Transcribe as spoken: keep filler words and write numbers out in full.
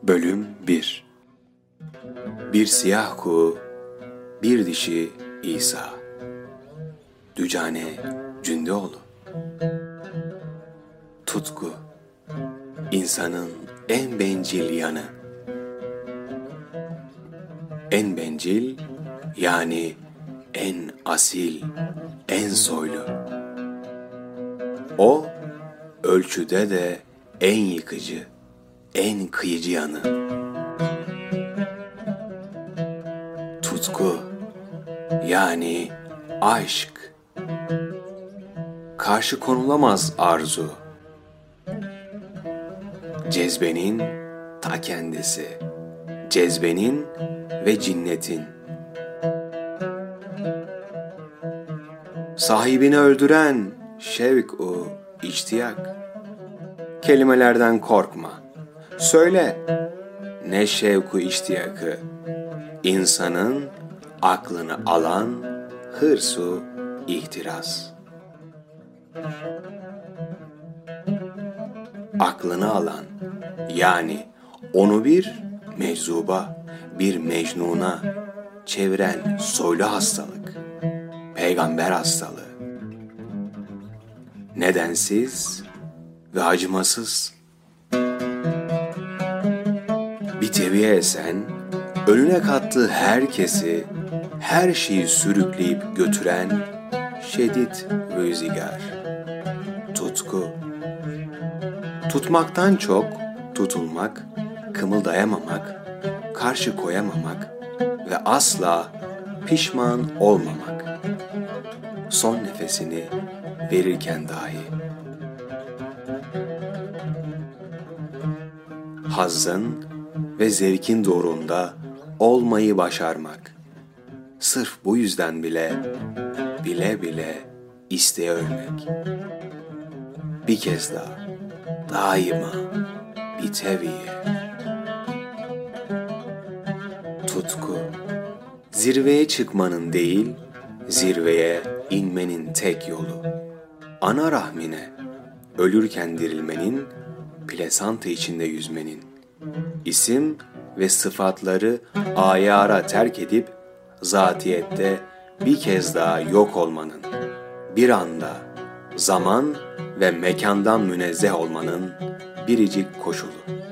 Bölüm bir. Bir siyah kuğu, bir dişi İsa. Dücane Cündoğlu. Tutku, insanın en bencil yanı. En bencil, yani en asil, en soylu. O, ölçüde de en yıkıcı, en kıyıcı yanı. Tutku, yani aşk. Karşı konulamaz arzu. Cezbenin ta kendisi. Cezbenin ve cinnetin. Sahibini öldüren şevk-u içtiyak. Kelimelerden korkma. Söyle, ne şevk-u içtiyakı. İnsanın aklını alan hırsu ihtiras. Aklını alan, yani onu bir meczuba, bir mecnuna çeviren soylu hastalık, peygamber hastalığı. Nedensiz ve acımasız. Bir teviye esen, önüne kattığı herkesi, her şeyi sürükleyip götüren şedid rüzgar. Tutku. Tutmaktan çok tutulmak, kımıldayamamak, karşı koyamamak ve asla pişman olmamak. Son nefesini verirken dahi. Hazzın ve zevkin doğrunda olmayı başarmak. Sırf bu yüzden bile, bile bile isteye ölmek. Bir kez daha, daima, bir teviye. Tutku, zirveye çıkmanın değil, zirveye inmenin tek yolu. Ana rahmine, ölürken dirilmenin, plasanta içinde yüzmenin. İsim ve sıfatları ayara terk edip, zatiyette bir kez daha yok olmanın, bir anda, zaman ve mekandan münezzeh olmanın biricik koşulu.